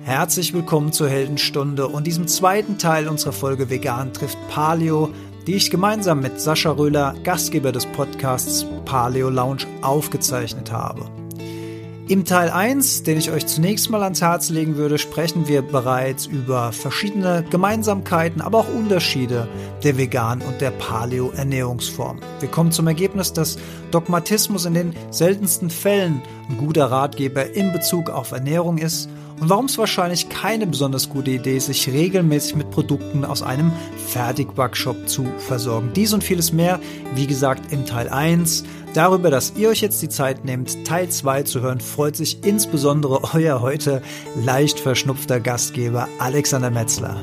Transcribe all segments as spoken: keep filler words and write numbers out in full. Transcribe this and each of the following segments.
Herzlich willkommen zur Heldenstunde und diesem zweiten Teil unserer Folge Vegan trifft Paleo, die ich gemeinsam mit Sascha Röhler, Gastgeber des Podcasts Paleo Lounge, aufgezeichnet habe. Im Teil eins, den ich euch zunächst mal ans Herz legen würde, sprechen wir bereits über verschiedene Gemeinsamkeiten, aber auch Unterschiede der Vegan- und der Paleo-Ernährungsform. Wir kommen zum Ergebnis, dass Dogmatismus in den seltensten Fällen ein guter Ratgeber in Bezug auf Ernährung ist und warum es wahrscheinlich keine besonders gute Idee ist, sich regelmäßig mit Produkten aus einem Fertigbackshop zu versorgen. Dies und vieles mehr, wie gesagt, im Teil eins. Darüber, dass ihr euch jetzt die Zeit nehmt, Teil zwei zu hören, freut sich insbesondere euer heute leicht verschnupfter Gastgeber Alexander Metzler.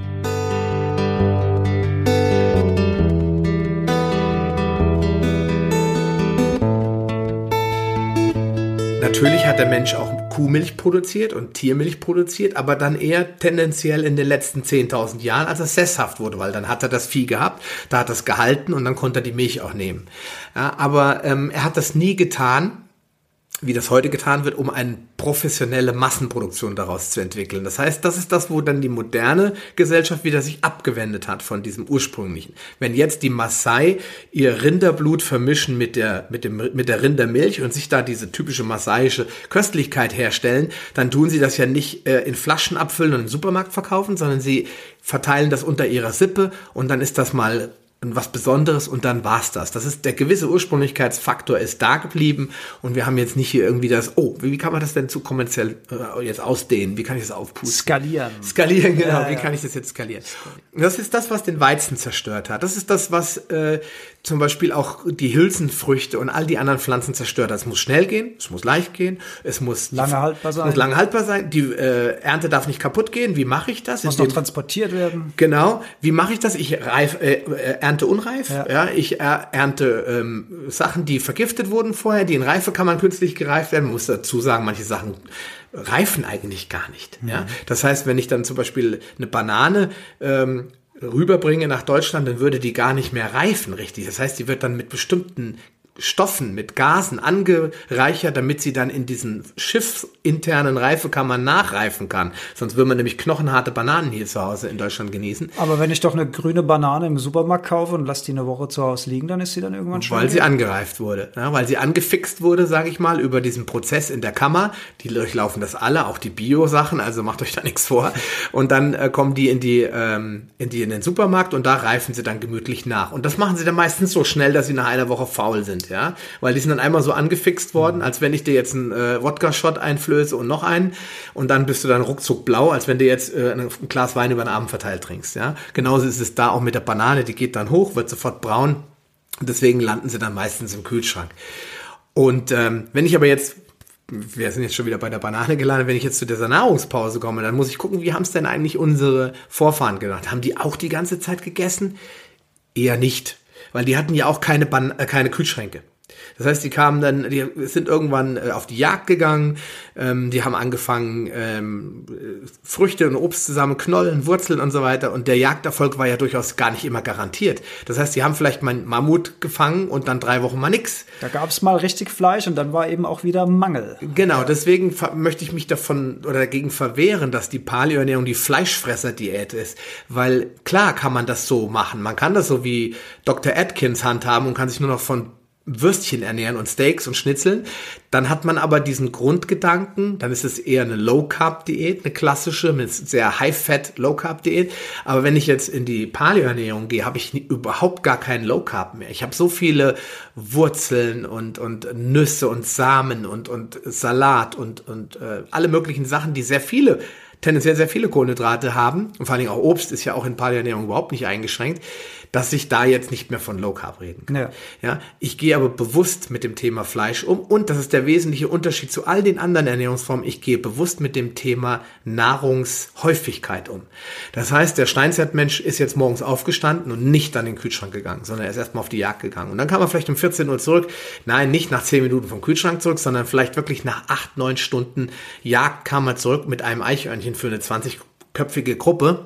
Natürlich hat der Mensch auch Kuhmilch produziert und Tiermilch produziert, aber dann eher tendenziell in den letzten zehntausend Jahren, als er sesshaft wurde, weil dann hat er das Vieh gehabt, da hat er es gehalten und dann konnte er die Milch auch nehmen. Ja, aber ähm, er hat das nie getan, wie das heute getan wird, um eine professionelle Massenproduktion daraus zu entwickeln. Das heißt, das ist das, wo dann die moderne Gesellschaft wieder sich abgewendet hat von diesem ursprünglichen. Wenn jetzt die Maasai ihr Rinderblut vermischen mit der, mit dem, mit der Rindermilch und sich da diese typische maasaiische Köstlichkeit herstellen, dann tun sie das ja nicht äh, in Flaschen abfüllen und im Supermarkt verkaufen, sondern sie verteilen das unter ihrer Sippe und dann ist das mal was Besonderes und dann war's das. Das ist der gewisse Ursprünglichkeitsfaktor ist da geblieben und wir haben jetzt nicht hier irgendwie das, oh, wie kann man das denn zu kommerziell äh, jetzt ausdehnen? Wie kann ich das aufpusten? Skalieren. Skalieren, genau. Ja, wie ja. kann ich das jetzt skalieren? Das ist das, was den Weizen zerstört hat. Das ist das, was äh, zum Beispiel auch die Hülsenfrüchte und all die anderen Pflanzen zerstört hat. Es muss schnell gehen, es muss leicht gehen, es muss lange haltbar sein. muss lange haltbar sein. Die äh, Ernte darf nicht kaputt gehen. Wie mache ich das? Muss noch transportiert werden. Genau. Wie mache ich das? Ich reif, äh, ernte unreif. Ja. Ja, ich ernte ähm, Sachen, die vergiftet wurden vorher, die in Reifekammern künstlich gereift werden. Man muss dazu sagen, manche Sachen reifen eigentlich gar nicht. Mhm. Ja. Das heißt, wenn ich dann zum Beispiel eine Banane ähm, rüberbringe nach Deutschland, dann würde die gar nicht mehr reifen, richtig. Das heißt, die wird dann mit bestimmten Stoffen, mit Gasen angereichert, damit sie dann in diesen schiffsinternen Reifekammern nachreifen kann. Sonst würde man nämlich knochenharte Bananen hier zu Hause in Deutschland genießen. Aber wenn ich doch eine grüne Banane im Supermarkt kaufe und lasse die eine Woche zu Hause liegen, dann ist sie dann irgendwann schon... Weil sie angereift wurde. Ja, weil sie angefixt wurde, sage ich mal, über diesen Prozess in der Kammer. Die durchlaufen das alle, auch die Bio-Sachen, also macht euch da nichts vor. Und dann äh, kommen die in die, ähm, in die in den Supermarkt und da reifen sie dann gemütlich nach. Und das machen sie dann meistens so schnell, dass sie nach einer Woche faul sind. Ja, weil die sind dann einmal so angefixt worden, als wenn ich dir jetzt einen äh, Wodka-Shot einflöße und noch einen und dann bist du dann ruckzuck blau, als wenn du jetzt äh, ein Glas Wein über den Abend verteilt trinkst. Ja, genauso ist es da auch mit der Banane, die geht dann hoch, wird sofort braun und deswegen landen sie dann meistens im Kühlschrank. Und ähm, wenn ich aber jetzt, wir sind jetzt schon wieder bei der Banane gelandet, wenn ich jetzt zu dieser Nahrungspause komme, dann muss ich gucken, wie haben es denn eigentlich unsere Vorfahren gemacht? Haben die auch die ganze Zeit gegessen? Eher nicht. Weil die hatten ja auch keine, Ban- äh, keine Kühlschränke. Das heißt, die kamen dann, die sind irgendwann äh, auf die Jagd gegangen, ähm, die haben angefangen, ähm, Früchte und Obst zusammen, Knollen, Wurzeln und so weiter. Und der Jagderfolg war ja durchaus gar nicht immer garantiert. Das heißt, die haben vielleicht mal einen Mammut gefangen und dann drei Wochen mal nix. Da gab es mal richtig Fleisch und dann war eben auch wieder Mangel. Genau, deswegen ver- möchte ich mich davon oder dagegen verwehren, dass die Paleo-Ernährung die Fleischfresser-Diät ist. Weil klar kann man das so machen. Man kann das so wie Doktor Atkins handhaben und kann sich nur noch von Würstchen ernähren und Steaks und Schnitzeln, dann hat man aber diesen Grundgedanken, dann ist es eher eine Low-Carb-Diät, eine klassische, mit sehr High-Fat Low-Carb-Diät, aber wenn ich jetzt in die Paleo-Ernährung gehe, habe ich nie, überhaupt gar keinen Low-Carb mehr. Ich habe so viele Wurzeln und, und Nüsse und Samen und, und Salat und, und äh, alle möglichen Sachen, die sehr viele tendenziell sehr viele Kohlenhydrate haben und vor allen Dingen auch Obst ist ja auch in Paleo-Ernährung überhaupt nicht eingeschränkt, dass ich da jetzt nicht mehr von Low Carb reden kann. Ja. Ja, ich gehe aber bewusst mit dem Thema Fleisch um und das ist der wesentliche Unterschied zu all den anderen Ernährungsformen. Ich gehe bewusst mit dem Thema Nahrungshäufigkeit um. Das heißt, der Steinzeitmensch ist jetzt morgens aufgestanden und nicht an den Kühlschrank gegangen, sondern er ist erstmal auf die Jagd gegangen. Und dann kam er vielleicht um vierzehn Uhr zurück. Nein, nicht nach zehn Minuten vom Kühlschrank zurück, sondern vielleicht wirklich nach acht, neun Stunden Jagd kam er zurück mit einem Eichhörnchen für eine zwanzigköpfige Gruppe.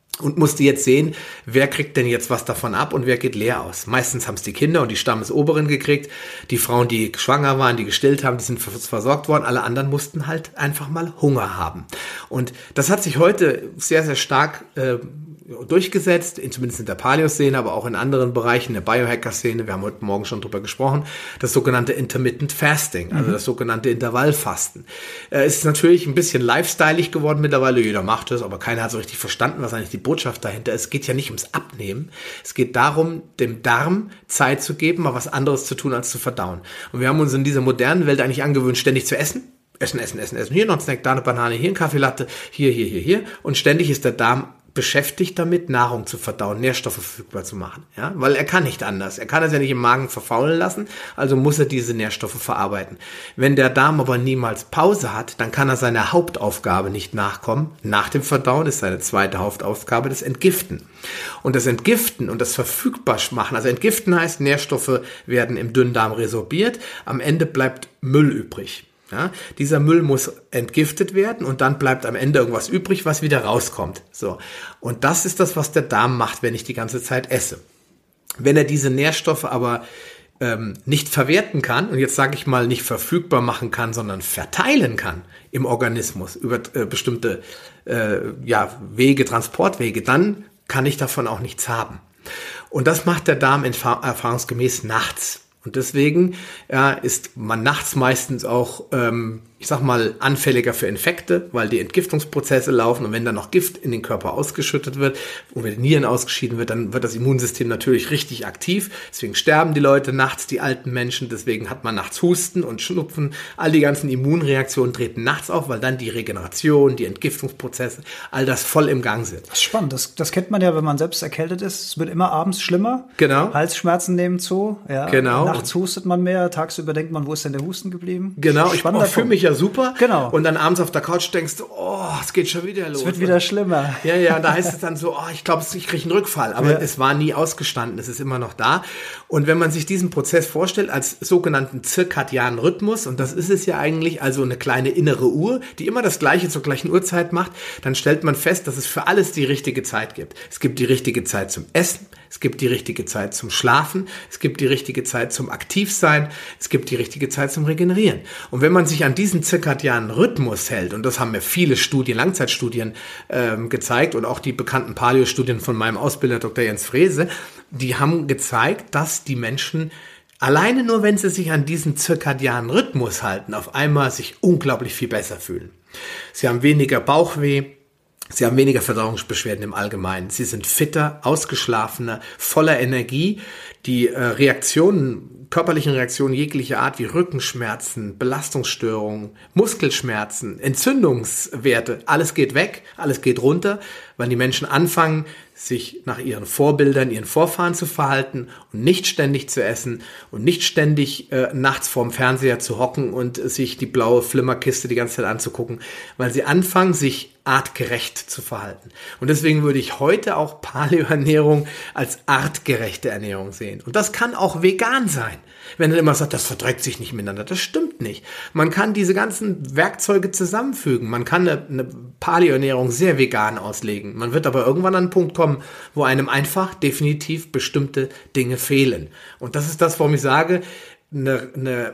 und musste jetzt sehen, wer kriegt denn jetzt was davon ab und wer geht leer aus. Meistens haben es die Kinder und die Stammesoberen gekriegt. Die Frauen, die schwanger waren, die gestillt haben, die sind versorgt worden. Alle anderen mussten halt einfach mal Hunger haben. Und das hat sich heute sehr, sehr stark äh, durchgesetzt, zumindest in der Paleo-Szene, aber auch in anderen Bereichen, der Biohacker-Szene, wir haben heute Morgen schon drüber gesprochen, das sogenannte Intermittent Fasting, also mhm. das sogenannte Intervallfasten. Es ist natürlich ein bisschen lifestyleig geworden mittlerweile, jeder macht es, aber keiner hat so richtig verstanden, was eigentlich die Botschaft dahinter ist. Es geht ja nicht ums Abnehmen, es geht darum, dem Darm Zeit zu geben, mal was anderes zu tun, als zu verdauen. Und wir haben uns in dieser modernen Welt eigentlich angewöhnt, ständig zu essen. Essen, essen, essen, essen. Hier noch ein Snack, da eine Banane, hier ein Kaffeelatte, hier, hier, hier, hier. Und ständig ist der Darm beschäftigt damit, Nahrung zu verdauen, Nährstoffe verfügbar zu machen. Ja, weil er kann nicht anders. Er kann es ja nicht im Magen verfaulen lassen, also muss er diese Nährstoffe verarbeiten. Wenn der Darm aber niemals Pause hat, dann kann er seiner Hauptaufgabe nicht nachkommen. Nach dem Verdauen ist seine zweite Hauptaufgabe das Entgiften. Und das Entgiften und das verfügbar machen, also Entgiften heißt, Nährstoffe werden im Dünndarm resorbiert, am Ende bleibt Müll übrig. Ja, dieser Müll muss entgiftet werden und dann bleibt am Ende irgendwas übrig, was wieder rauskommt. So. Und das ist das, was der Darm macht, wenn ich die ganze Zeit esse. Wenn er diese Nährstoffe aber ähm, nicht verwerten kann und jetzt sage ich mal nicht verfügbar machen kann, sondern verteilen kann im Organismus über äh, bestimmte äh, ja, Wege, Transportwege, dann kann ich davon auch nichts haben. Und das macht der Darm erfahrungsgemäß nachts. Und deswegen ja, ist man nachts meistens auch, ähm, ich sag mal, anfälliger für Infekte, weil die Entgiftungsprozesse laufen und wenn dann noch Gift in den Körper ausgeschüttet wird und wenn die Nieren ausgeschieden wird, dann wird das Immunsystem natürlich richtig aktiv. Deswegen sterben die Leute nachts, die alten Menschen, deswegen hat man nachts Husten und Schnupfen. All die ganzen Immunreaktionen treten nachts auf, weil dann die Regeneration, die Entgiftungsprozesse, all das voll im Gang sind. Das ist spannend, das, das kennt man ja, wenn man selbst erkältet ist. Es wird immer abends schlimmer. Genau. Halsschmerzen nehmen zu. Ja. Genau. Nachts hustet man mehr, tagsüber denkt man, wo ist denn der Husten geblieben? Genau, ich fühle mich ja super. Genau. Und dann abends auf der Couch denkst du, oh, es geht schon wieder los. Es wird wieder schlimmer. Ja, ja, da heißt es dann so, oh, ich glaube, ich kriege einen Rückfall. Aber ja. Es war nie ausgestanden, es ist immer noch da. Und wenn man sich diesen Prozess vorstellt als sogenannten zirkadianen Rhythmus, und das ist es ja eigentlich, also eine kleine innere Uhr, die immer das Gleiche zur gleichen Uhrzeit macht, dann stellt man fest, dass es für alles die richtige Zeit gibt. Es gibt die richtige Zeit zum Essen, es gibt die richtige Zeit zum Schlafen, es gibt die richtige Zeit zum Aktivsein, es gibt die richtige Zeit zum Regenerieren. Und wenn man sich an diesen zirkadianen Rhythmus hält, und das haben mir viele Studien, Langzeitstudien ähm, gezeigt und auch die bekannten Paleo-Studien von meinem Ausbilder Doktor Jens Frese, die haben gezeigt, dass die Menschen alleine nur, wenn sie sich an diesen zirkadianen Rhythmus halten, auf einmal sich unglaublich viel besser fühlen. Sie haben weniger Bauchweh, sie haben weniger Verdauungsbeschwerden im Allgemeinen. Sie sind fitter, ausgeschlafener, voller Energie. Die äh, Reaktionen, körperlichen Reaktionen jeglicher Art wie Rückenschmerzen, Belastungsstörungen, Muskelschmerzen, Entzündungswerte, alles geht weg, alles geht runter, weil die Menschen anfangen, sich nach ihren Vorbildern, ihren Vorfahren zu verhalten und nicht ständig zu essen und nicht ständig äh, nachts vorm Fernseher zu hocken und äh, sich die blaue Flimmerkiste die ganze Zeit anzugucken, weil sie anfangen, sich artgerecht zu verhalten. Und deswegen würde ich heute auch Paleo-Ernährung als artgerechte Ernährung sehen. Und das kann auch vegan sein. Wenn man immer sagt, das verträgt sich nicht miteinander, das stimmt nicht. Man kann diese ganzen Werkzeuge zusammenfügen. Man kann eine, eine Paleo-Ernährung sehr vegan auslegen. Man wird aber irgendwann an einen Punkt kommen, wo einem einfach definitiv bestimmte Dinge fehlen. Und das ist das, warum ich sage, eine, eine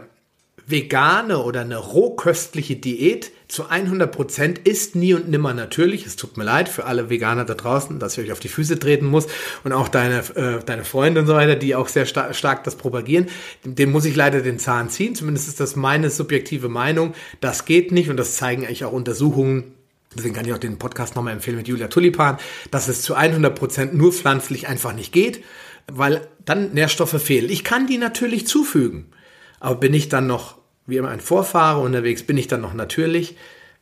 vegane oder eine rohköstliche Diät zu hundert Prozent ist nie und nimmer natürlich. Es tut mir leid für alle Veganer da draußen, dass ich euch auf die Füße treten muss und auch deine, äh, deine Freunde und so weiter, die auch sehr star- stark das propagieren. Dem muss ich leider den Zahn ziehen. Zumindest ist das meine subjektive Meinung. Das geht nicht und das zeigen eigentlich auch Untersuchungen. Deswegen kann ich auch den Podcast nochmal empfehlen mit Julia Tulipan, dass es zu hundert Prozent nur pflanzlich einfach nicht geht, weil dann Nährstoffe fehlen. Ich kann die natürlich zufügen, aber bin ich dann noch wie immer ein Vorfahre unterwegs, bin ich dann noch natürlich?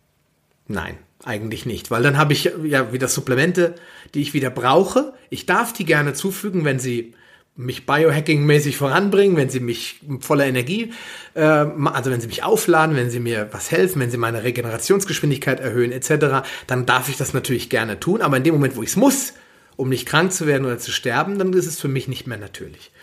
Nein, eigentlich nicht, weil dann habe ich ja wieder Supplemente, die ich wieder brauche. Ich darf die gerne zufügen, wenn sie mich Biohacking-mäßig voranbringen, wenn sie mich voller Energie, äh, also wenn sie mich aufladen, wenn sie mir was helfen, wenn sie meine Regenerationsgeschwindigkeit erhöhen et cetera, dann darf ich das natürlich gerne tun, aber in dem Moment, wo ich es muss, um nicht krank zu werden oder zu sterben, dann ist es für mich nicht mehr natürlich.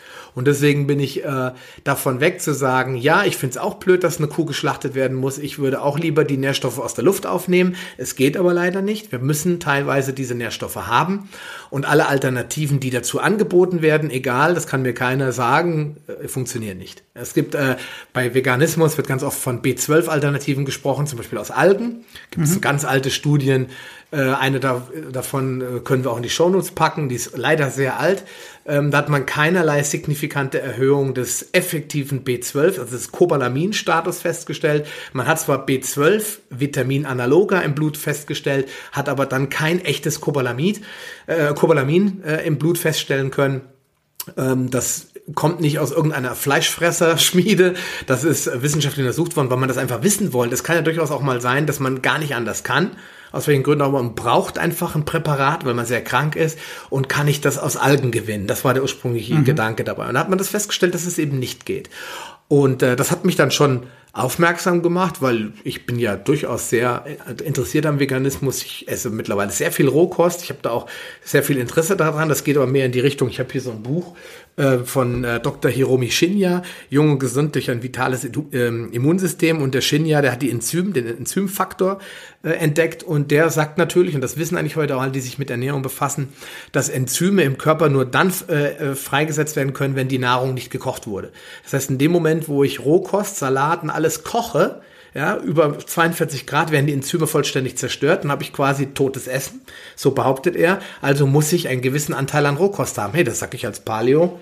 Und deswegen bin ich äh, davon weg zu sagen, ja, ich finde es auch blöd, dass eine Kuh geschlachtet werden muss. Ich würde auch lieber die Nährstoffe aus der Luft aufnehmen. Es geht aber leider nicht. Wir müssen teilweise diese Nährstoffe haben. Und alle Alternativen, die dazu angeboten werden, egal, das kann mir keiner sagen, äh, funktionieren nicht. Es gibt äh, bei Veganismus wird ganz oft von B zwölf Alternativen gesprochen, zum Beispiel aus Algen. Gibt es mhm. ganz alte Studien. Äh, eine da, davon äh, können wir auch in die Shownotes packen. Die ist leider sehr alt. Ähm, da hat man keinerlei signifikante Erhöhung des effektiven B zwölf, also des Cobalamin-Status festgestellt. Man hat zwar B zwölf Vitamin-Analoga im Blut festgestellt, hat aber dann kein echtes Cobalamin, äh, Cobalamin äh, im Blut feststellen können. Ähm, das kommt nicht aus irgendeiner Fleischfresser-Schmiede. Das ist wissenschaftlich untersucht worden, weil man das einfach wissen wollte. Es kann ja durchaus auch mal sein, dass man gar nicht anders kann. Aus welchen Gründen auch immer, man braucht einfach ein Präparat, weil man sehr krank ist und kann ich das aus Algen gewinnen. Das war der ursprüngliche mhm. Gedanke dabei. Und da hat man das festgestellt, dass es eben nicht geht. Und äh, das hat mich dann schon aufmerksam gemacht, weil ich bin ja durchaus sehr interessiert am Veganismus. Ich esse mittlerweile sehr viel Rohkost. Ich habe da auch sehr viel Interesse daran. Das geht aber mehr in die Richtung, ich habe hier so ein Buch äh, von äh, Doktor Hiromi Shinya, Jung und gesund durch ein vitales äh, Immunsystem. Und der Shinya, der hat die Enzym, den Enzymfaktor äh, entdeckt. Und der sagt natürlich, und das wissen eigentlich heute auch alle, die sich mit Ernährung befassen, dass Enzyme im Körper nur dann äh, freigesetzt werden können, wenn die Nahrung nicht gekocht wurde. Das heißt, in dem Moment, wo ich Rohkost, Salaten, alles koche, ja, über zweiundvierzig Grad werden die Enzyme vollständig zerstört, dann habe ich quasi totes Essen, so behauptet er, also muss ich einen gewissen Anteil an Rohkost haben. Hey, das sage ich als Paleo,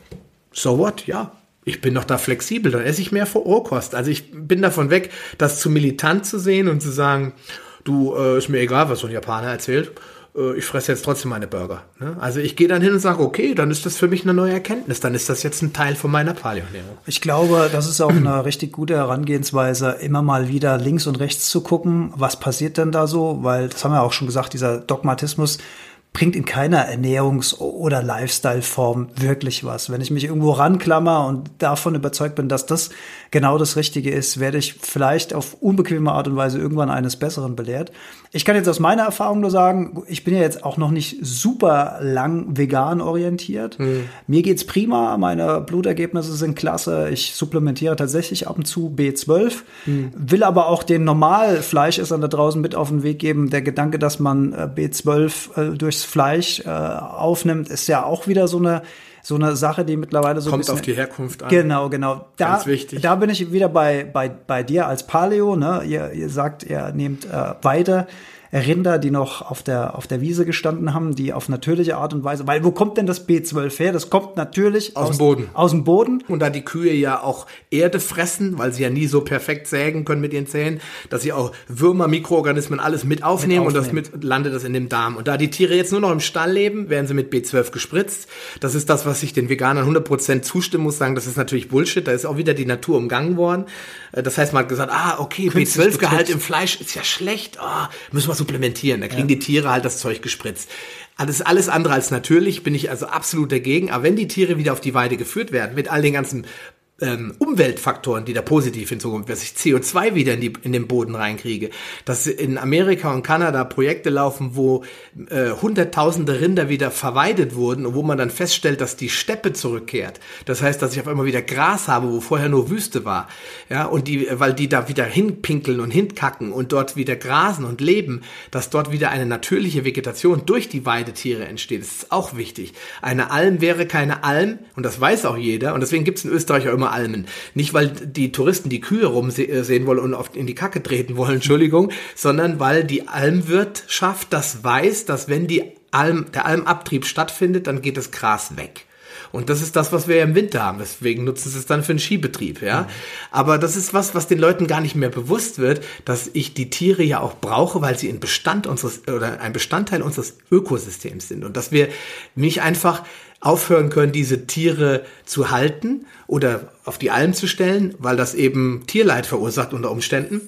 so what, ja, ich bin doch da flexibel, dann esse ich mehr Rohkost. Also ich bin davon weg, das zu militant zu sehen und zu sagen, du, äh, ist mir egal, was so ein Japaner erzählt, ich fresse jetzt trotzdem meine Burger. Ne? Also ich gehe dann hin und sage, okay, dann ist das für mich eine neue Erkenntnis. Dann ist das jetzt ein Teil von meiner Paleo-Ernährung. Ich glaube, das ist auch eine richtig gute Herangehensweise, immer mal wieder links und rechts zu gucken, was passiert denn da so? Weil, das haben wir auch schon gesagt, dieser Dogmatismus bringt in keiner Ernährungs- oder Lifestyle-Form wirklich was. Wenn ich mich irgendwo ranklammer und davon überzeugt bin, dass das genau das Richtige ist, werde ich vielleicht auf unbequeme Art und Weise irgendwann eines Besseren belehrt. Ich kann jetzt aus meiner Erfahrung nur sagen, ich bin ja jetzt auch noch nicht super lang vegan orientiert. Hm. Mir geht's prima, meine Blutergebnisse sind klasse. Ich supplementiere tatsächlich ab und zu B zwölf, hm. will aber auch den Normalfleischessern da draußen mit auf den Weg geben. Der Gedanke, dass man B zwölf äh, durchs Fleisch äh, aufnimmt, ist ja auch wieder so eine so eine Sache, die mittlerweile so kommt ein bisschen, auf die Herkunft an. Genau, genau. Da, Ganz wichtig. Da bin ich wieder bei bei bei dir als Paleo. Ne, ihr, ihr sagt, ihr nehmt äh, Weide. Rinder, die noch auf der auf der Wiese gestanden haben, die auf natürliche Art und Weise, weil wo kommt denn das B zwölf her? Das kommt natürlich aus, aus dem Boden. Aus dem Boden. Und da die Kühe ja auch Erde fressen, weil sie ja nie so perfekt sägen können mit ihren Zähnen, dass sie auch Würmer, Mikroorganismen alles mit aufnehmen, mit aufnehmen. Und das mit landet das in dem Darm. Und da die Tiere jetzt nur noch im Stall leben, werden sie mit B zwölf gespritzt. Das ist das, was ich den Veganern hundert Prozent zustimmen muss, sagen, das ist natürlich Bullshit. Da ist auch wieder die Natur umgangen worden. Das heißt, man hat gesagt, ah, okay, B zwölf Gehalt im Fleisch ist ja schlecht, oh, müssen wir supplementieren. Da kriegen ja. die Tiere halt das Zeug gespritzt. Alles, alles andere als natürlich, bin ich also absolut dagegen. Aber wenn die Tiere wieder auf die Weide geführt werden, mit all den ganzen ähm, Umweltfaktoren, die da positiv hinzukommen, dass ich C O zwei wieder in, die, in den Boden reinkriege, dass in Amerika und Kanada Projekte laufen, wo äh, hunderttausende Rinder wieder verweidet wurden und wo man dann feststellt, dass die Steppe zurückkehrt. Das heißt, dass ich auf einmal wieder Gras habe, wo vorher nur Wüste war. Ja, und die, weil die da wieder hinpinkeln und hinkacken und dort wieder grasen und leben, dass dort wieder eine natürliche Vegetation durch die Weidetiere entsteht. Das ist auch wichtig. Eine Alm wäre keine Alm und das weiß auch jeder und deswegen gibt es in Österreich auch immer Almen. Nicht, weil die Touristen die Kühe rumsehen wollen und oft in die Kacke treten wollen, Entschuldigung, sondern weil die Almwirtschaft das weiß, dass wenn die Alm, der Almabtrieb stattfindet, dann geht das Gras weg. Und das ist das, was wir ja im Winter haben. Deswegen nutzen sie es dann für einen Skibetrieb, ja. Mhm. Aber das ist was, was den Leuten gar nicht mehr bewusst wird, dass ich die Tiere ja auch brauche, weil sie ein Bestand unseres, oder ein Bestandteil unseres Ökosystems sind. Und dass wir nicht einfach aufhören können, diese Tiere zu halten oder auf die Alm zu stellen, weil das eben Tierleid verursacht unter Umständen.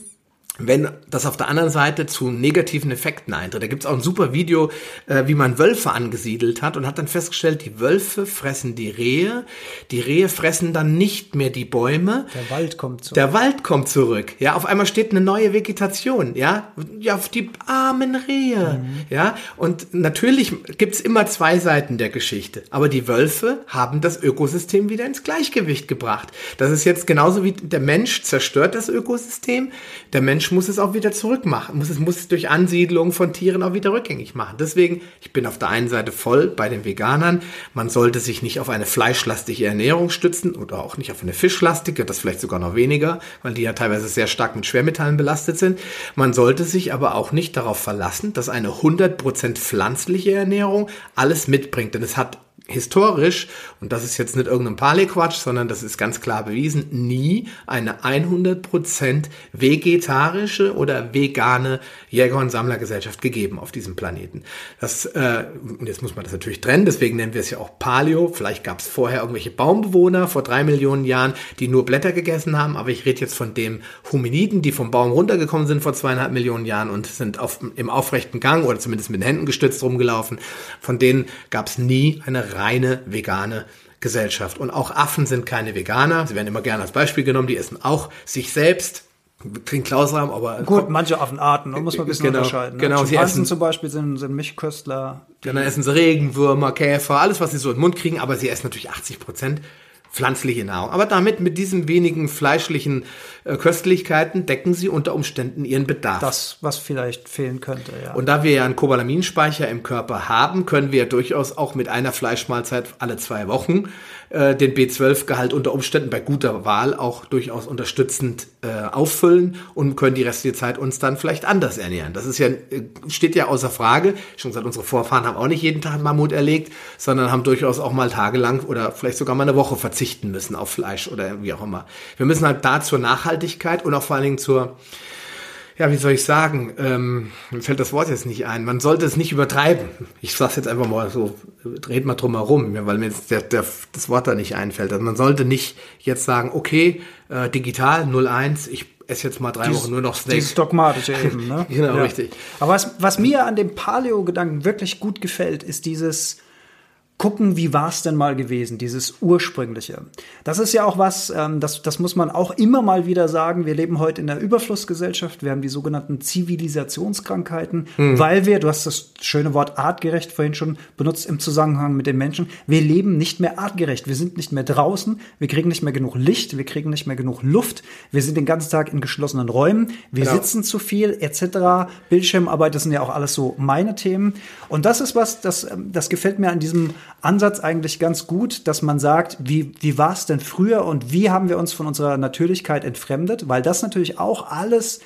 wenn das auf der anderen Seite zu negativen Effekten eintritt. Da gibt es auch ein super Video, äh, wie man Wölfe angesiedelt hat und hat dann festgestellt, die Wölfe fressen die Rehe, die Rehe fressen dann nicht mehr die Bäume. Der Wald kommt zurück. Der Wald kommt zurück. Ja, auf einmal steht eine neue Vegetation. Ja, ja, auf die armen Rehe. Mhm. Ja, und natürlich gibt es immer zwei Seiten der Geschichte. Aber die Wölfe haben das Ökosystem wieder ins Gleichgewicht gebracht. Das ist jetzt genauso wie der Mensch zerstört das Ökosystem. Der Mensch muss es auch wieder zurückmachen, muss es, muss es durch Ansiedlung von Tieren auch wieder rückgängig machen. Deswegen, ich bin auf der einen Seite voll bei den Veganern. Man sollte sich nicht auf eine fleischlastige Ernährung stützen oder auch nicht auf eine fischlastige, das vielleicht sogar noch weniger, weil die ja teilweise sehr stark mit Schwermetallen belastet sind. Man sollte sich aber auch nicht darauf verlassen, dass eine hundert Prozent pflanzliche Ernährung alles mitbringt, denn es hat historisch, und das ist jetzt nicht irgendein Paleo-Quatsch, sondern das ist ganz klar bewiesen, nie eine hundert Prozent vegetarische oder vegane Jäger- und Sammlergesellschaft gegeben auf diesem Planeten. Das, äh, und jetzt muss man das natürlich trennen, deswegen nennen wir es ja auch Paleo. Vielleicht gab es vorher irgendwelche Baumbewohner vor drei Millionen Jahren, die nur Blätter gegessen haben, aber ich rede jetzt von dem Hominiden, die vom Baum runtergekommen sind vor zweieinhalb Millionen Jahren und sind auf, im aufrechten Gang oder zumindest mit den Händen gestützt rumgelaufen. Von denen gab es nie eine reine vegane Gesellschaft. Und auch Affen sind keine Veganer. Sie werden immer gerne als Beispiel genommen. Die essen auch sich selbst. Klingt grausam, aber... Gut, manche Affenarten, da muss man ein bisschen genau, unterscheiden. Ne? Genau, sie essen zum Beispiel sind, sind Mischköstler. Dann essen sie Regenwürmer, Käfer, alles, was sie so in den Mund kriegen. Aber sie essen natürlich achtzig Prozent pflanzliche Nahrung. Aber damit, mit diesen wenigen fleischlichen äh, Köstlichkeiten, decken sie unter Umständen ihren Bedarf. Das, was vielleicht fehlen könnte, ja. Und da wir ja einen Cobalaminspeicher im Körper haben, können wir ja durchaus auch mit einer Fleischmahlzeit alle zwei Wochen äh, den B zwölf Gehalt unter Umständen bei guter Wahl auch durchaus unterstützend äh, auffüllen und können die restliche Zeit uns dann vielleicht anders ernähren. Das ist ja, steht ja außer Frage. Schon gesagt, unsere Vorfahren haben auch nicht jeden Tag einen Mammut erlegt, sondern haben durchaus auch mal tagelang oder vielleicht sogar mal eine Woche verzichtet müssen auf Fleisch oder wie auch immer. Wir müssen halt da zur Nachhaltigkeit und auch vor allen Dingen zur, ja, wie soll ich sagen, ähm, mir fällt das Wort jetzt nicht ein, man sollte es nicht übertreiben. Ich sag's jetzt einfach mal so, dreht mal drum herum, weil mir jetzt der, der, das Wort da nicht einfällt. Also man sollte nicht jetzt sagen, okay, äh, digital null eins, ich esse jetzt mal drei Dies, Wochen nur noch Steak. Dieses dogmatische eben, ne? Genau, ja. Richtig. Aber was, was mir an dem Paleo-Gedanken wirklich gut gefällt, ist dieses gucken, wie war es denn mal gewesen, dieses Ursprüngliche. Das ist ja auch was, ähm, das, das muss man auch immer mal wieder sagen, wir leben heute in der Überflussgesellschaft, wir haben die sogenannten Zivilisationskrankheiten, hm. weil wir, du hast das schöne Wort artgerecht vorhin schon benutzt im Zusammenhang mit den Menschen, wir leben nicht mehr artgerecht, wir sind nicht mehr draußen, wir kriegen nicht mehr genug Licht, wir kriegen nicht mehr genug Luft, wir sind den ganzen Tag in geschlossenen Räumen, wir genau. sitzen zu viel, et cetera. Bildschirmarbeit, das sind ja auch alles so meine Themen. Und das ist was, das, das gefällt mir an diesem Ansatz eigentlich ganz gut, dass man sagt, wie, wie war es denn früher und wie haben wir uns von unserer Natürlichkeit entfremdet, weil das natürlich auch alles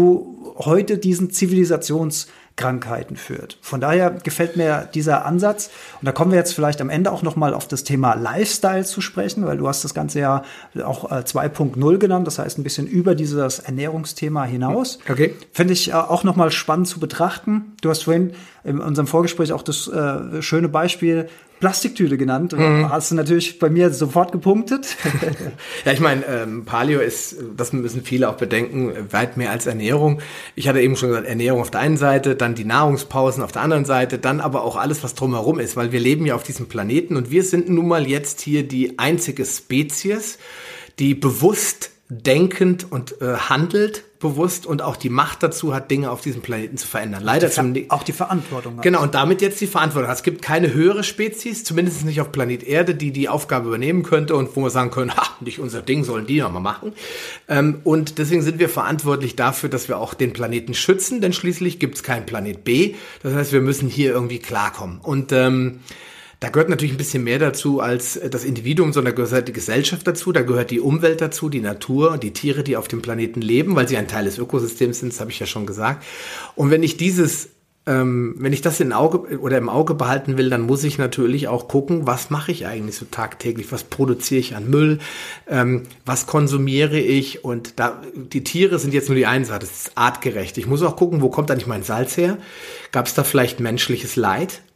zu heute diesen Zivilisationskrankheiten führt. Von daher gefällt mir dieser Ansatz und da kommen wir jetzt vielleicht am Ende auch noch mal auf das Thema Lifestyle zu sprechen, weil du hast das Ganze ja auch zwei Punkt null genannt, das heißt ein bisschen über dieses Ernährungsthema hinaus. Okay. Finde ich auch noch mal spannend zu betrachten. Du hast vorhin in unserem Vorgespräch auch das äh, schöne Beispiel Plastiktüte genannt. Mhm. Hast du natürlich bei mir sofort gepunktet. Ja, ich meine, ähm, Paleo ist, das müssen viele auch bedenken, weit mehr als Ernährung. Ich hatte eben schon gesagt, Ernährung auf der einen Seite, dann die Nahrungspausen auf der anderen Seite, dann aber auch alles, was drumherum ist, weil wir leben ja auf diesem Planeten und wir sind nun mal jetzt hier die einzige Spezies, die bewusst denkend und äh, handelt bewusst und auch die Macht dazu hat, Dinge auf diesem Planeten zu verändern. Leider die zum auch die Verantwortung hat. Genau, und damit jetzt die Verantwortung. Es gibt keine höhere Spezies, zumindest nicht auf Planet Erde, die die Aufgabe übernehmen könnte und wo wir sagen können, ha, nicht unser Ding, sollen die nochmal machen. Ähm, und deswegen sind wir verantwortlich dafür, dass wir auch den Planeten schützen, denn schließlich gibt es keinen Planet B. Das heißt, wir müssen hier irgendwie klarkommen. Und ähm, da gehört natürlich ein bisschen mehr dazu als das Individuum, sondern da gehört die Gesellschaft dazu, da gehört die Umwelt dazu, die Natur, die Tiere, die auf dem Planeten leben, weil sie ein Teil des Ökosystems sind, das habe ich ja schon gesagt. Und wenn ich dieses, ähm, wenn ich das in Auge oder im Auge behalten will, dann muss ich natürlich auch gucken, was mache ich eigentlich so tagtäglich, was produziere ich an Müll, ähm, was konsumiere ich und da die Tiere sind jetzt nur die eine Sache, das ist artgerecht. Ich muss auch gucken, wo kommt eigentlich mein Salz her? Gab es da vielleicht menschliches Leid?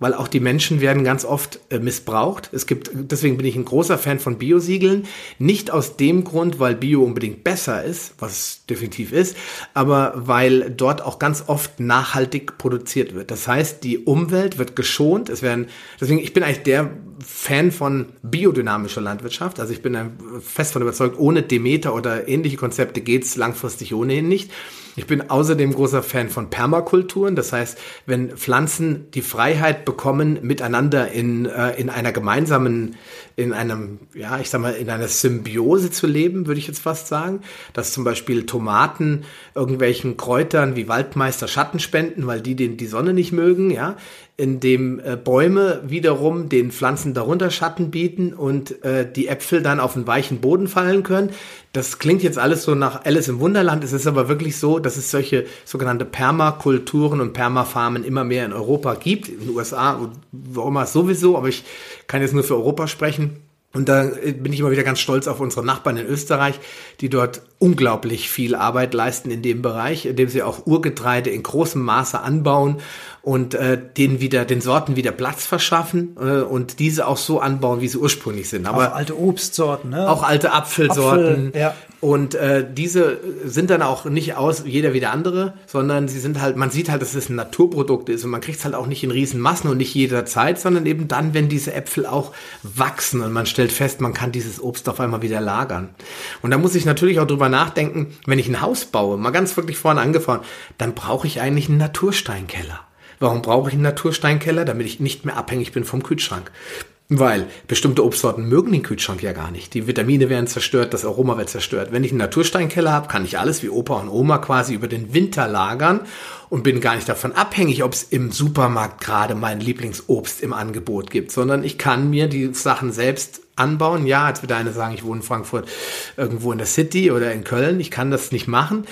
weil auch die Menschen werden ganz oft äh, missbraucht. Es gibt, deswegen bin ich ein großer Fan von Biosiegeln. Nicht aus dem Grund, weil Bio unbedingt besser ist, was es definitiv ist, aber weil dort auch ganz oft nachhaltig produziert wird. Das heißt, die Umwelt wird geschont. Es werden, deswegen, ich bin eigentlich der Fan von biodynamischer Landwirtschaft. Also ich bin fest davon überzeugt, ohne Demeter oder ähnliche Konzepte geht's langfristig ohnehin nicht. Ich bin außerdem großer Fan von Permakulturen. Das heißt, wenn Pflanzen die Freiheit bekommen, miteinander in, äh, in einer gemeinsamen, in einem, ja, ich sag mal, in einer Symbiose zu leben, würde ich jetzt fast sagen, dass zum Beispiel Tomaten irgendwelchen Kräutern wie Waldmeister Schatten spenden, weil die den, die Sonne nicht mögen, ja, indem äh, Bäume wiederum den Pflanzen darunter Schatten bieten und äh, die Äpfel dann auf einen weichen Boden fallen können. Das klingt jetzt alles so nach Alice im Wunderland. Es ist aber wirklich so, dass es solche sogenannte Permakulturen und Permafarmen immer mehr in Europa gibt, in den U S A und wo auch immer sowieso, aber ich kann jetzt nur für Europa sprechen. Und da bin ich immer wieder ganz stolz auf unsere Nachbarn in Österreich, die dort unglaublich viel Arbeit leisten in dem Bereich, indem sie auch Urgetreide in großem Maße anbauen und äh, denen wieder, den Sorten wieder Platz verschaffen äh, und diese auch so anbauen, wie sie ursprünglich sind. Aber auch alte Obstsorten, ne? Auch alte Apfelsorten. Apfel, ja. Und äh, diese sind dann auch nicht aus jeder wie der andere, sondern sie sind halt, man sieht halt, dass es ein Naturprodukt ist und man kriegt es halt auch nicht in Riesenmassen und nicht jederzeit, sondern eben dann, wenn diese Äpfel auch wachsen und man stellt fest, man kann dieses Obst auf einmal wieder lagern. Und da muss ich natürlich auch drüber nachdenken, wenn ich ein Haus baue, mal ganz wirklich vorne angefangen, dann brauche ich eigentlich einen Natursteinkeller. Warum brauche ich einen Natursteinkeller? Damit ich nicht mehr abhängig bin vom Kühlschrank. Weil bestimmte Obstsorten mögen den Kühlschrank ja gar nicht. Die Vitamine werden zerstört, das Aroma wird zerstört. Wenn ich einen Natursteinkeller habe, kann ich alles wie Opa und Oma quasi über den Winter lagern und bin gar nicht davon abhängig, ob es im Supermarkt gerade mein Lieblingsobst im Angebot gibt, sondern ich kann mir die Sachen selbst anbauen. Ja, jetzt wird der eine sagen, ich wohne in Frankfurt irgendwo in der City oder in Köln. Ich kann das nicht machen.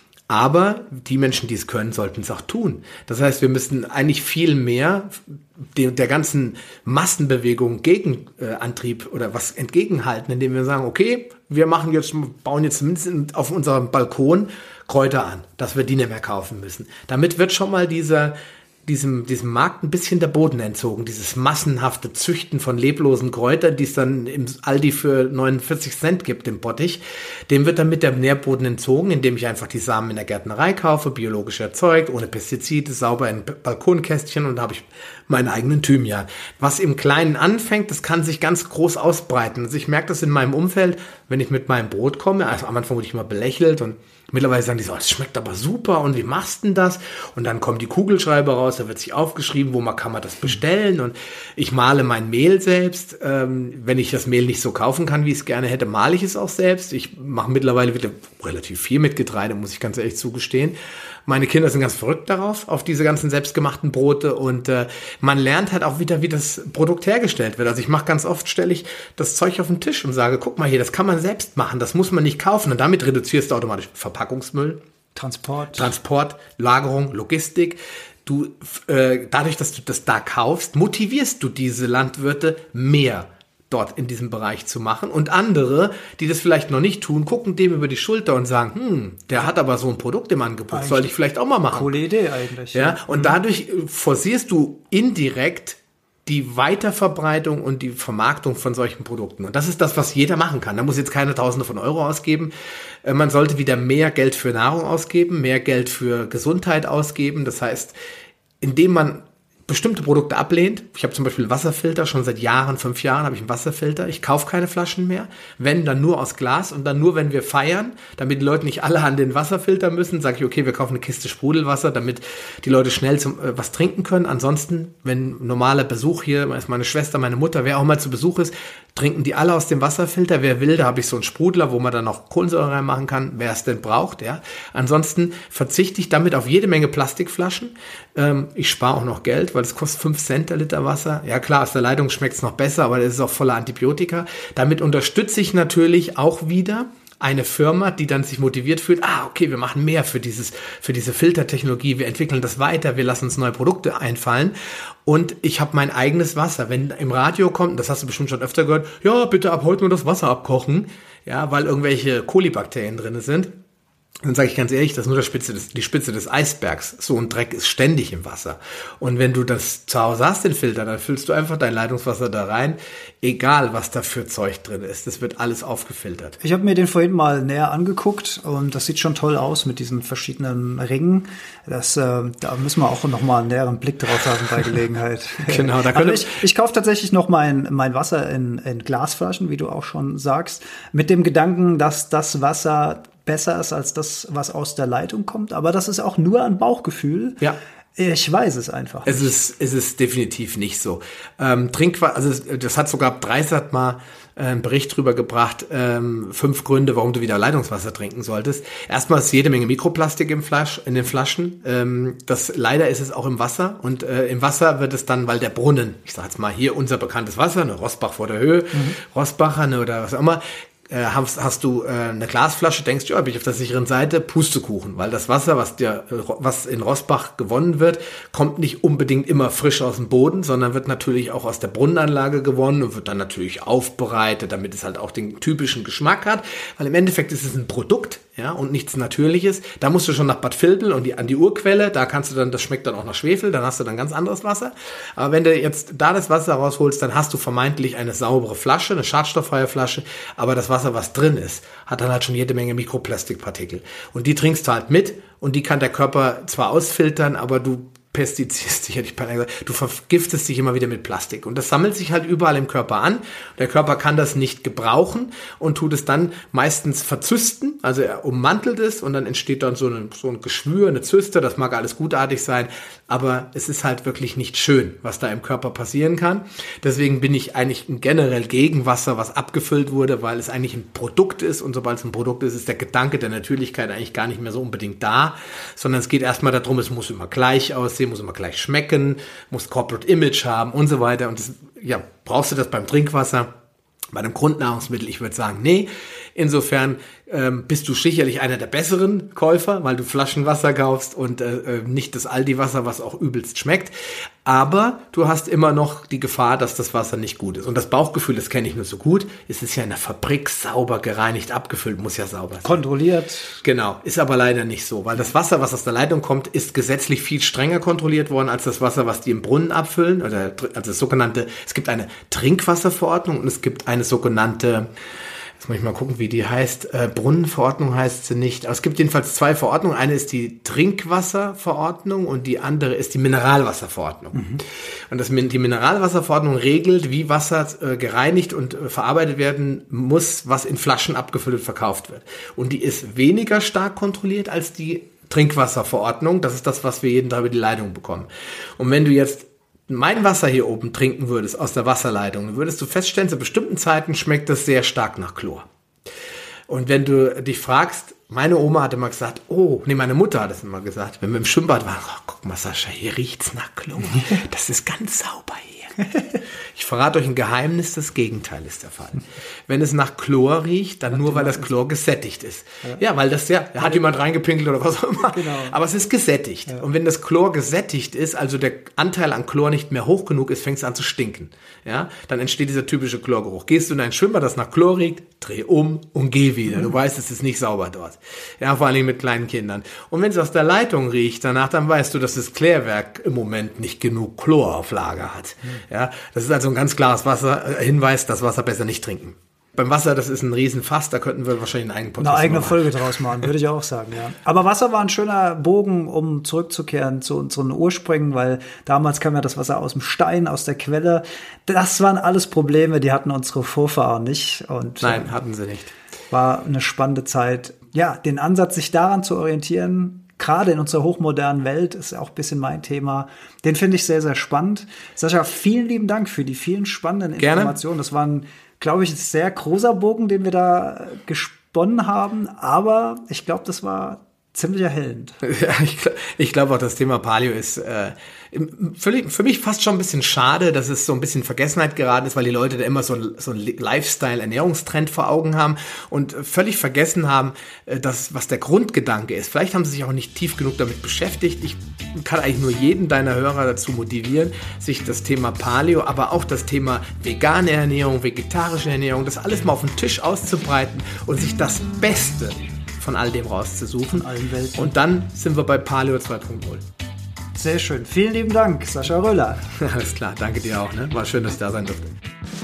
Aber die Menschen, die es können, sollten es auch tun. Das heißt, wir müssen eigentlich viel mehr der, der ganzen Massenbewegung Gegenantrieb äh, oder was entgegenhalten, indem wir sagen, okay, wir machen jetzt, bauen jetzt zumindest auf unserem Balkon Kräuter an, dass wir die nicht mehr kaufen müssen. Damit wird schon mal dieser diesem, diesem Markt ein bisschen der Boden entzogen. Dieses massenhafte Züchten von leblosen Kräutern, die es dann im Aldi für neunundvierzig Cent gibt im Bottich, dem wird dann mit der Nährboden entzogen, indem ich einfach die Samen in der Gärtnerei kaufe, biologisch erzeugt, ohne Pestizide, sauber in Balkonkästchen und da habe ich meinen eigenen Thymian. Was im Kleinen anfängt, das kann sich ganz groß ausbreiten. Also ich merke das in meinem Umfeld, wenn ich mit meinem Brot komme, also am Anfang wurde ich immer belächelt und mittlerweile sagen die so, das schmeckt aber super und wie machst du denn das? Und dann kommen die Kugelschreiber raus, da wird sich aufgeschrieben, wo man kann man das bestellen und ich male mein Mehl selbst. Ähm, wenn ich das Mehl nicht so kaufen kann, wie ich es gerne hätte, male ich es auch selbst. Ich mache mittlerweile wieder relativ viel mit Getreide, muss ich ganz ehrlich zugestehen. Meine Kinder sind ganz verrückt darauf, auf diese ganzen selbstgemachten Brote und äh, man lernt halt auch wieder, wie das Produkt hergestellt wird. Also ich mache ganz oft, stelle ich das Zeug auf den Tisch und sage, guck mal hier, das kann man selbst machen, das muss man nicht kaufen und damit reduzierst du automatisch Verpackungsmüll. Transport. Transport, Lagerung, Logistik. Du, äh, dadurch, dass du das da kaufst, motivierst du diese Landwirte mehr dort in diesem Bereich zu machen. Und andere, die das vielleicht noch nicht tun, gucken dem über die Schulter und sagen, hm, der hat aber so ein Produkt im Angebot, eigentlich sollte ich vielleicht auch mal machen. Coole Idee eigentlich. Ja, ja. Und mhm. dadurch forcierst du indirekt die Weiterverbreitung und die Vermarktung von solchen Produkten. Und das ist das, was jeder machen kann. Da muss jetzt keine Tausende von Euro ausgeben. Man sollte wieder mehr Geld für Nahrung ausgeben, mehr Geld für Gesundheit ausgeben. Das heißt, indem man bestimmte Produkte ablehnt. Ich habe zum Beispiel Wasserfilter, schon seit Jahren, fünf Jahren habe ich einen Wasserfilter. Ich kaufe keine Flaschen mehr, wenn, dann nur aus Glas und dann nur, wenn wir feiern, damit die Leute nicht alle an den Wasserfilter müssen, sage ich, okay, wir kaufen eine Kiste Sprudelwasser, damit die Leute schnell zum, äh, was trinken können. Ansonsten, wenn normaler Besuch hier, meine Schwester, meine Mutter, wer auch mal zu Besuch ist, trinken die alle aus dem Wasserfilter. Wer will, da habe ich so einen Sprudler, wo man dann noch Kohlensäure reinmachen kann, wer es denn braucht. Ja. Ansonsten verzichte ich damit auf jede Menge Plastikflaschen. Ähm, ich spare auch noch Geld, weil es kostet fünf Cent der Liter Wasser. Ja klar, aus der Leitung schmeckt es noch besser, aber es ist auch voller Antibiotika. Damit unterstütze ich natürlich auch wieder eine Firma, die dann sich motiviert fühlt, ah, okay, wir machen mehr für dieses, für diese Filtertechnologie, wir entwickeln das weiter, wir lassen uns neue Produkte einfallen und ich habe mein eigenes Wasser. Wenn im Radio kommt, das hast du bestimmt schon öfter gehört, ja, bitte ab heute nur das Wasser abkochen, ja, weil irgendwelche Kolibakterien drin sind. Dann sage ich ganz ehrlich, das ist nur die Spitze, des, die Spitze des Eisbergs. So ein Dreck ist ständig im Wasser. Und wenn du das zu Hause hast, den Filter, dann füllst du einfach dein Leitungswasser da rein, egal was da für Zeug drin ist. Das wird alles aufgefiltert. Ich habe mir den vorhin mal näher angeguckt und das sieht schon toll aus mit diesen verschiedenen Ringen. Das, äh, da müssen wir auch noch mal einen näheren Blick drauf haben bei Gelegenheit. Genau. Da also ich, ich kaufe tatsächlich noch mein, mein Wasser in, in Glasflaschen, wie du auch schon sagst, mit dem Gedanken, dass das Wasser besser ist als das, was aus der Leitung kommt. Aber das ist auch nur ein Bauchgefühl. Ja. Ich weiß es einfach nicht. Es ist, es ist definitiv nicht so. Ähm, Trinkwasser, also das hat sogar Dreisat mal äh, einen Bericht drüber gebracht, ähm, fünf Gründe, warum du wieder Leitungswasser trinken solltest. Erstmal ist jede Menge Mikroplastik im Flasch, in den Flaschen. Ähm, das leider ist es auch im Wasser. Und äh, im Wasser wird es dann, weil der Brunnen, ich sag jetzt mal hier unser bekanntes Wasser, eine Rosbach vor der Höhe, mhm. Rosbacher ne, oder was auch immer, Hast, hast du äh, eine Glasflasche, denkst du, ja, bin ich auf der sicheren Seite, Pustekuchen, weil das Wasser, was dir, was in Rosbach gewonnen wird, kommt nicht unbedingt immer frisch aus dem Boden, sondern wird natürlich auch aus der Brunnenanlage gewonnen und wird dann natürlich aufbereitet, damit es halt auch den typischen Geschmack hat, weil im Endeffekt ist es ein Produkt, ja, und nichts Natürliches. Da musst du schon nach Bad Vilbel und die, an die Urquelle, da kannst du dann, das schmeckt dann auch nach Schwefel, dann hast du dann ganz anderes Wasser. Aber wenn du jetzt da das Wasser rausholst, dann hast du vermeintlich eine saubere Flasche, eine schadstofffreie Flasche, aber das Wasser, was drin ist, hat dann halt schon jede Menge Mikroplastikpartikel. Und die trinkst du halt mit und die kann der Körper zwar ausfiltern, aber du pestizidst dich, hätte ich beinahe gesagt, du vergiftest dich immer wieder mit Plastik. Und das sammelt sich halt überall im Körper an. Der Körper kann das nicht gebrauchen und tut es dann meistens verzüsten, also er ummantelt es und dann entsteht dann so, eine, so ein Geschwür, eine Zyste, das mag alles gutartig sein, aber es ist halt wirklich nicht schön, was da im Körper passieren kann. Deswegen bin ich eigentlich generell gegen Wasser, was abgefüllt wurde, weil es eigentlich ein Produkt ist und sobald es ein Produkt ist, ist der Gedanke der Natürlichkeit eigentlich gar nicht mehr so unbedingt da, sondern es geht erstmal darum, es muss immer gleich aussehen, muss immer gleich schmecken, muss Corporate Image haben und so weiter. Und das, ja, brauchst du das beim Trinkwasser? Bei einem Grundnahrungsmittel, ich würde sagen, nee. Insofern ähm, bist du sicherlich einer der besseren Käufer, weil du Flaschenwasser kaufst und äh, nicht das Aldi-Wasser, was auch übelst schmeckt. Aber du hast immer noch die Gefahr, dass das Wasser nicht gut ist. Und das Bauchgefühl, das kenne ich nur so gut. Es ist ja in der Fabrik sauber gereinigt, abgefüllt, muss ja sauber sein. Kontrolliert. Genau, ist aber leider nicht so, weil das Wasser, was aus der Leitung kommt, ist gesetzlich viel strenger kontrolliert worden als das Wasser, was die im Brunnen abfüllen. Oder also das sogenannte, es gibt eine Trinkwasserverordnung und es gibt eine sogenannte, jetzt muss ich mal gucken, wie die heißt. Äh, Brunnenverordnung heißt sie nicht. Aber es gibt jedenfalls zwei Verordnungen. Eine ist die Trinkwasserverordnung und die andere ist die Mineralwasserverordnung. Mhm. Und das, die Mineralwasserverordnung regelt, wie Wasser äh, gereinigt und äh, verarbeitet werden muss, was in Flaschen abgefüllt und verkauft wird. Und die ist weniger stark kontrolliert als die Trinkwasserverordnung. Das ist das, was wir jeden Tag über die Leitung bekommen. Und wenn du jetzt mein Wasser hier oben trinken würdest aus der Wasserleitung, dann würdest du feststellen, zu bestimmten Zeiten schmeckt das sehr stark nach Chlor. Und wenn du dich fragst, meine Oma hat immer gesagt, oh, nee, meine Mutter hat es immer gesagt, wenn wir im Schwimmbad waren, oh, guck mal, Sascha, hier riecht's nach Chlor. Das ist ganz sauber hier. Ich verrate euch ein Geheimnis, das Gegenteil ist der Fall. Wenn es nach Chlor riecht, dann nur, weil das Chlor gesättigt ist. Ja, ja weil das ja, da hat jemand reingepinkelt oder was auch immer. Genau. Aber es ist gesättigt. Ja. Und wenn das Chlor gesättigt ist, also der Anteil an Chlor nicht mehr hoch genug ist, fängt es an zu stinken. Ja, dann entsteht dieser typische Chlorgeruch. Gehst du in ein Schwimmbad, das nach Chlor riecht, dreh um und geh wieder. Du weißt, es ist nicht sauber dort. Ja, vor allem mit kleinen Kindern. Und wenn es aus der Leitung riecht danach, dann weißt du, dass das Klärwerk im Moment nicht genug Chlor auf Lager hat. Ja, das ist also ein ganz klares Wasser, äh, Hinweis, das Wasser besser nicht trinken. Beim Wasser, das ist ein Riesenfass, da könnten wir wahrscheinlich einen eigenen Podcast Eine eigene Folge draus machen, würde ich auch sagen, ja. Aber Wasser war ein schöner Bogen, um zurückzukehren zu unseren Ursprüngen, weil damals kam ja das Wasser aus dem Stein, aus der Quelle. Das waren alles Probleme, die hatten unsere Vorfahren nicht. Und Nein, hatten sie nicht. War eine spannende Zeit. Ja, den Ansatz, sich daran zu orientieren, gerade in unserer hochmodernen Welt, ist auch ein bisschen mein Thema. Den finde ich sehr, sehr spannend. Sascha, vielen lieben Dank für die vielen spannenden Gerne. Informationen. Das war ein, glaube ich, ein sehr großer Bogen, den wir da gesponnen haben. Aber ich glaube, das war ziemlich erhellend. Ja, ich, ich glaube auch, das Thema Paleo ist äh, für, für mich fast schon ein bisschen schade, dass es so ein bisschen in Vergessenheit geraten ist, weil die Leute da immer so, so einen Lifestyle-Ernährungstrend vor Augen haben und völlig vergessen haben, dass, was der Grundgedanke ist. Vielleicht haben sie sich auch nicht tief genug damit beschäftigt. Ich kann eigentlich nur jeden deiner Hörer dazu motivieren, sich das Thema Paleo, aber auch das Thema vegane Ernährung, vegetarische Ernährung, das alles mal auf den Tisch auszubreiten und sich das Beste von all dem rauszusuchen. Von allen Welten. Und dann sind wir bei Paleo zwei Punkt null. Sehr schön. Vielen lieben Dank, Sascha Röller. Alles klar, danke dir auch. Ne? War schön, dass ich da sein durfte.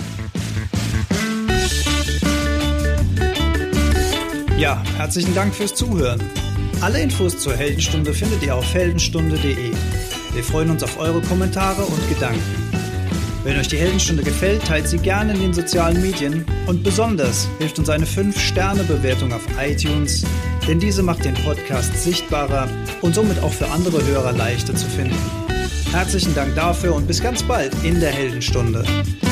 Ja, herzlichen Dank fürs Zuhören. Alle Infos zur Heldenstunde findet ihr auf heldenstunde punkt de. Wir freuen uns auf eure Kommentare und Gedanken. Wenn euch die Heldenstunde gefällt, teilt sie gerne in den sozialen Medien und besonders hilft uns eine fünf Sterne Bewertung auf iTunes, denn diese macht den Podcast sichtbarer und somit auch für andere Hörer leichter zu finden. Herzlichen Dank dafür und bis ganz bald in der Heldenstunde.